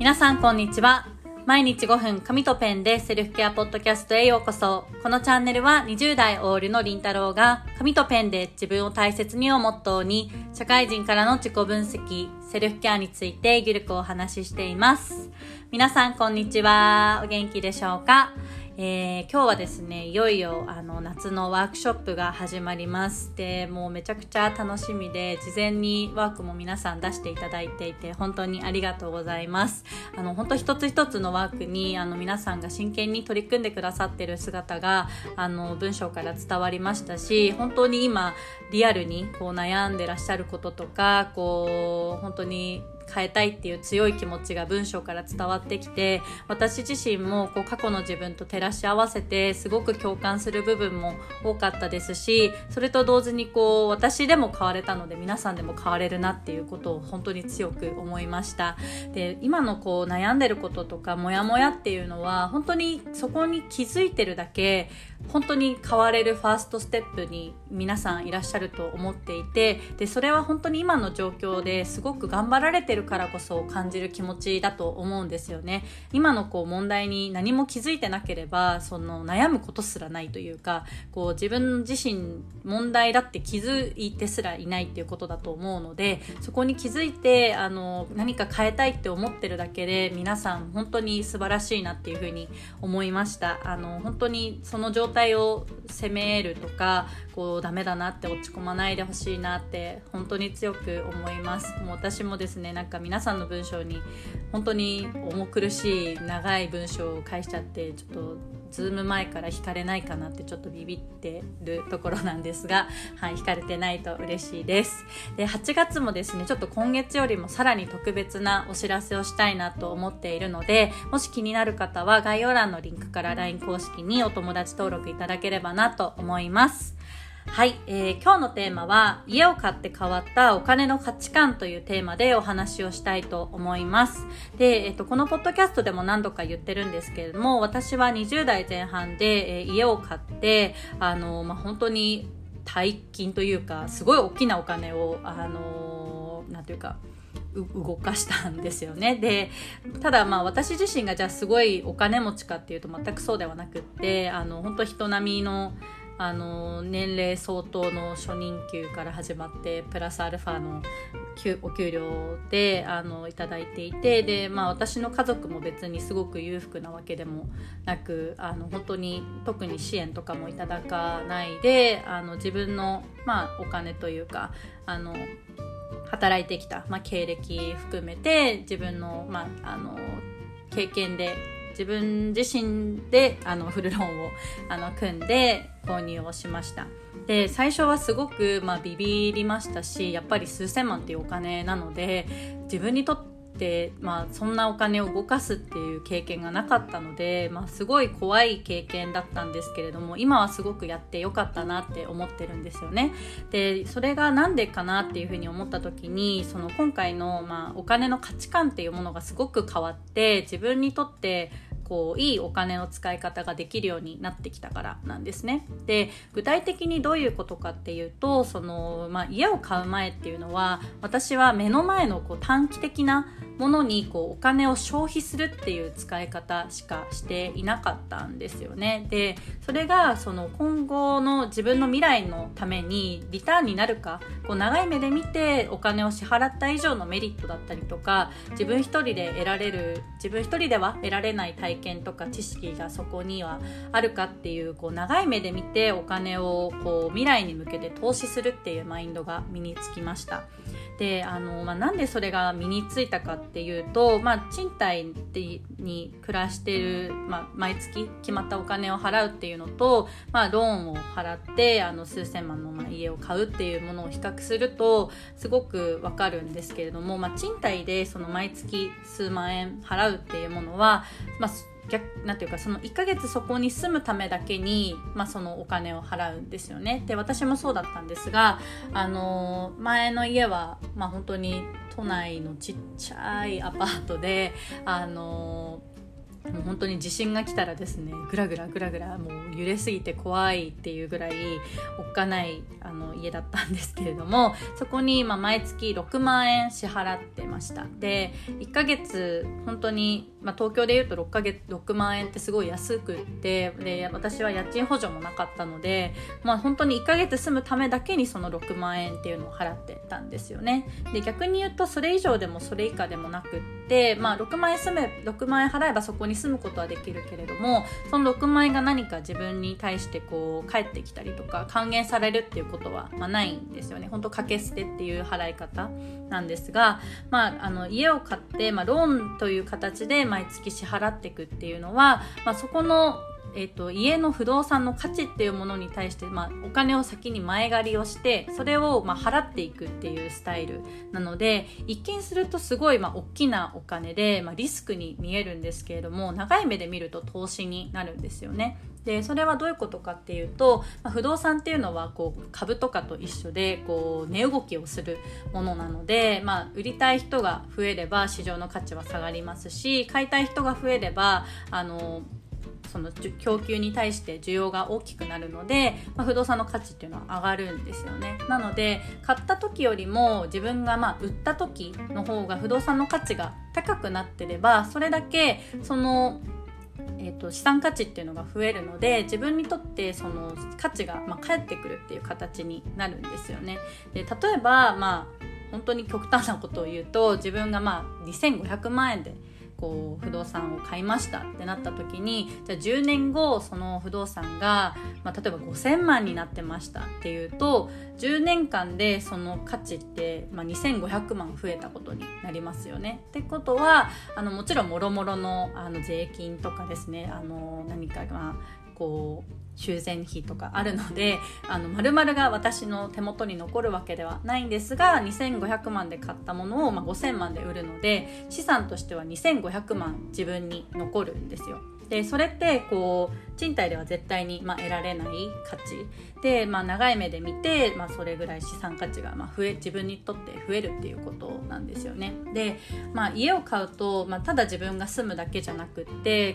皆さんこんにちは。毎日5分紙とペンでセルフケアポッドキャストへようこそ。このチャンネルは20代オールのりんたろうが紙とペンで自分を大切にをモットーに社会人からの自己分析、セルフケアについてゆるくお話ししています。皆さんこんにちは。お元気でしょうか？今日はですね、いよいよ夏のワークショップが始まります。で、もうめちゃくちゃ楽しみで、事前にワークも皆さん出していただいていて本当にありがとうございます。本当一つ一つのワークに皆さんが真剣に取り組んでくださっている姿が文章から伝わりましたし、本当に今リアルにこう悩んでらっしゃることとか、こう本当に変えたいっていう強い気持ちが文章から伝わってきて、私自身もこう過去の自分と照らし合わせてすごく共感する部分も多かったですし、それと同時にこう私でも変われたので皆さんでも変われるなっていうことを本当に強く思いました。で、今のこう悩んでることとかモヤモヤっていうのは本当にそこに気づいてるだけ本当に変われるファーストステップに皆さんいらっしゃると思っていて、でそれは本当に今の状況ですごく頑張られてるからこそ感じる気持ちだと思うんですよね。今のこう問題に何も気づいてなければその悩むことすらないというか、こう自分自身問題だって気づいてすらいないっていうことだと思うので、そこに気づいて何か変えたいって思ってるだけで皆さん本当に素晴らしいなっていうふうに思いました。本当にその状態を責めるとかこうダメだなって落ち込まないでほしいなって本当に強く思います。もう私もですね、なんか皆さんの文章に本当に重苦しい長い文章を返しちゃって、ちょっとズーム前から引かれないかなってちょっとビビってるところなんですが、はい、引かれてないと嬉しいです。で、8月もですね、ちょっと今月よりもさらに特別なお知らせをしたいなと思っているので、もし気になる方は概要欄のリンクから LINE 公式にお友達登録いただければなと思います。はい、今日のテーマは家を買って変わったお金の価値観というテーマでお話をしたいと思います。で、このポッドキャストでも何度か言ってるんですけれども、私は20代前半で、家を買って本当に大金というかすごい大きなお金をなんていうか動かしたんですよね。で、ただ私自身がじゃあすごいお金持ちかっていうと全くそうではなくって、本当人並みの年齢相当の初任給から始まってプラスアルファのお給料でいただいていて、で、私の家族も別にすごく裕福なわけでもなく、本当に特に支援とかもいただかないで自分のお金というか働いてきた、経歴含めて自分の、経験で自分自身でフルローンを組んで購入をしました。で、最初はすごくビビりましたし、やっぱり数千万っていうお金なので自分にとってそんなお金を動かすっていう経験がなかったので、すごい怖い経験だったんですけれども、今はすごくやってよかったなって思ってるんですよね。で、それがなんでかなっていうふうに思った時に、その今回のお金の価値観っていうものがすごく変わって、自分にとってこういいお金の使い方ができるようになってきたからなんですね。で、具体的にどういうことかっていうと、家を買う前っていうのは私は目の前の短期的なものにお金を消費するっていう使い方しかしていなかったんですよね。で、それが今後の自分の未来のためにリターンになるか、長い目で見てお金を支払った以上のメリットだったりとか、自分一人では得られない体験とか知識がそこにはあるかっていう、長い目で見てお金を未来に向けて投資するっていうマインドが身につきました。で、なんでそれが身についたかっていうと、賃貸に暮らしてる、毎月決まったお金を払うっていうのと、ローンを払って数千万の家を買うっていうものを比較するとすごくわかるんですけれども、賃貸でその毎月数万円払うっていうものは、なんていうか、その1ヶ月そこに住むためだけに、そのお金を払うんですよね。で、私もそうだったんですが、前の家は、本当に都内のちっちゃいアパートでもう本当に地震が来たらですね、ぐらぐらもう揺れすぎて怖いっていうぐらいおっかない家だったんですけれども、そこに毎月6万円支払ってました。で1ヶ月本当に、東京でいうと6万円ってすごい安くって、で私は家賃補助もなかったので、本当に1ヶ月住むためだけにその6万円っていうのを払ってたんですよね。で逆に言うとそれ以上でもそれ以下でもなくって、6万円払えばそこに住むことはできるけれども、その6万円が何か自分に対して返ってきたりとか還元されるっていうことはないんですよね。本当掛け捨てっていう払い方なんですが、家を買って、ローンという形で毎月支払っていくっていうのは、そこの家の不動産の価値っていうものに対して、お金を先に前借りをしてそれを払っていくっていうスタイルなので、一見するとすごい大きなお金で、リスクに見えるんですけれども、長い目で見ると投資になるんですよね。でそれはどういうことかっていうと、不動産っていうのは株とかと一緒で値動きをするものなので、売りたい人が増えれば市場の価値は下がりますし、買いたい人が増えればその供給に対して需要が大きくなるので、不動産の価値っていうのは上がるんですよね。なので買った時よりも自分が売った時の方が不動産の価値が高くなってれば、それだけその資産価値っていうのが増えるので、自分にとってその価値が返ってくるっていう形になるんですよね。で例えば本当に極端なことを言うと、自分が2500万円で不動産を買いましたってなった時に、じゃあ10年後その不動産が、例えば5000万になってましたっていうと、10年間でその価値って、2500万増えたことになりますよね。ってことはもちろんもろもろの税金とかですね、何か修繕費とかあるので、丸々が私の手元に残るわけではないんですが、2500万で買ったものを5000万で売るので、資産としては2500万自分に残るんですよ。でそれって賃貸では絶対に得られない価値で、長い目で見て、それぐらい資産価値が自分にとって増えるっていうことなんですよね。で、家を買うと、ただ自分が住むだけじゃなくって、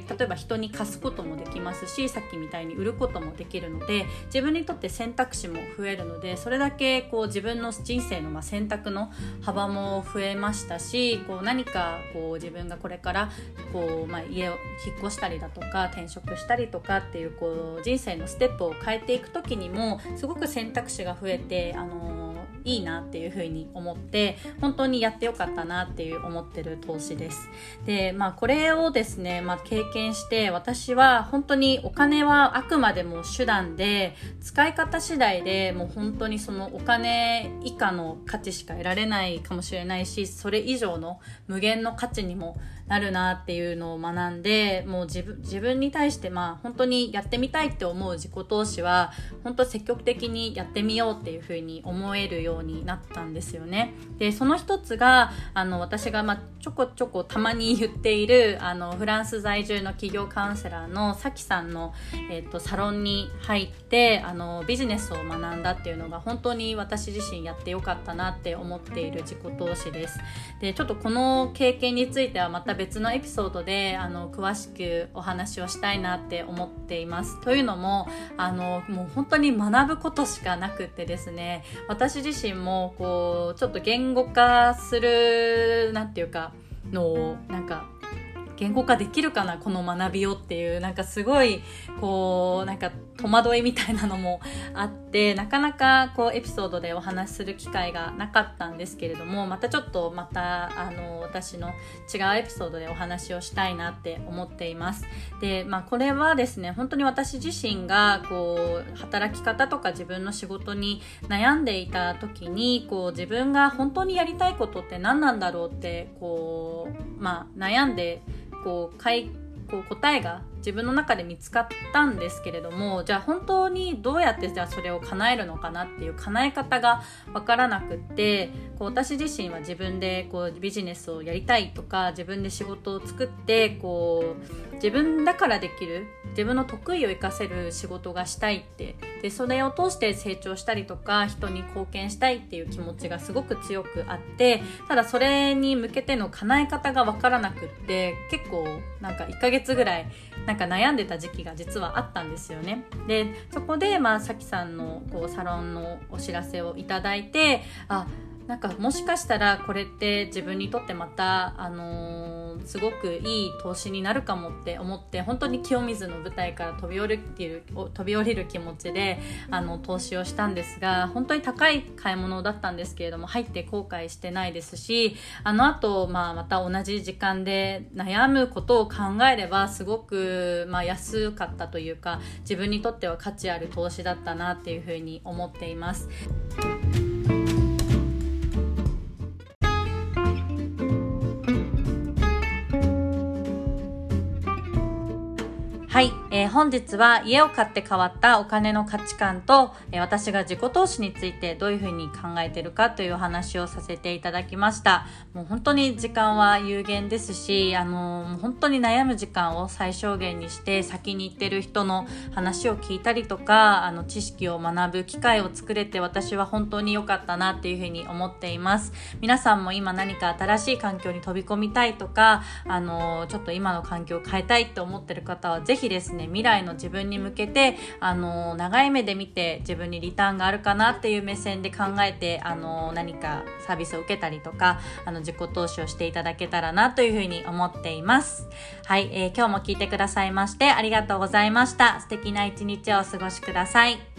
例えば人に貸すこともできますし、さっきみたいに売ることもできるので、自分にとって選択肢も増えるので、それだけ自分の人生の選択の幅も増えましたし、何か自分がこれから家を引っ越したりだとか転職したりとかっていう人生のステップを変えていく時にもすごく選択肢が増えていいなっていうふうに思って、本当にやってよかったなっていう思ってる投資です。でこれをですね、経験して私は本当にお金はあくまでも手段で、使い方次第でもう本当にそのお金以下の価値しか得られないかもしれないし、それ以上の無限の価値にもなるなっていうのを学んで、もう自分に対して本当にやってみたいって思う自己投資は本当積極的にやってみようっていうふうに思えるようになったんですよね。でその一つが私がちょこちょこたまに言っているフランス在住の企業カウンセラーのさきさんの、サロンに入ってビジネスを学んだっていうのが本当に私自身やってよかったなって思っている自己投資です。でちょっとこの経験についてはまた別のエピソードで詳しくお話をしたいなって思っています。というのももう本当に学ぶことしかなくってですね、私自身もちょっと言語化するのを言語化できるかなこの学びをっていうすごい戸惑いみたいなのもあって、なかなかエピソードでお話しする機会がなかったんですけれども、また私の違うエピソードでお話をしたいなって思っています。でこれはですね、本当に私自身が働き方とか自分の仕事に悩んでいた時に自分が本当にやりたいことって何なんだろうって悩んで答えが自分の中で見つかったんですけれども、じゃあ本当にどうやってじゃあそれを叶えるのかなっていう叶え方がわからなくって、私自身は自分でビジネスをやりたいとか、自分で仕事を作って自分だからできる、自分の得意を生かせる仕事がしたいって、でそれを通して成長したりとか人に貢献したいっていう気持ちがすごく強くあって、ただそれに向けての叶え方がわからなくって、結構1ヶ月ぐらい悩んでた時期が実はあったんですよね。でそこでさきさんのサロンのお知らせをいただいて、もしかしたらこれって自分にとってまたすごくいい投資になるかもって思って、本当に清水の舞台から飛び降りる気持ちで投資をしたんですが、本当に高い買い物だったんですけれども、入って後悔してないですし、後また同じ時間で悩むことを考えればすごく安かったというか、自分にとっては価値ある投資だったなっていうふうに思っています。はい、本日は家を買って変わったお金の価値観と、私が自己投資についてどういうふうに考えているかというお話をさせていただきました。もう本当に時間は有限ですし、本当に悩む時間を最小限にして先に行ってる人の話を聞いたりとか、知識を学ぶ機会を作れて、私は本当に良かったなっていうふうに思っています。皆さんも今何か新しい環境に飛び込みたいとか、ちょっと今の環境を変えたいって思ってる方はぜひですね、未来の自分に向けて長い目で見て、自分にリターンがあるかなっていう目線で考えて何かサービスを受けたりとか自己投資をしていただけたらなというふうに思っています。はい、今日も聞いてくださいましてありがとうございました。素敵な一日をお過ごしください。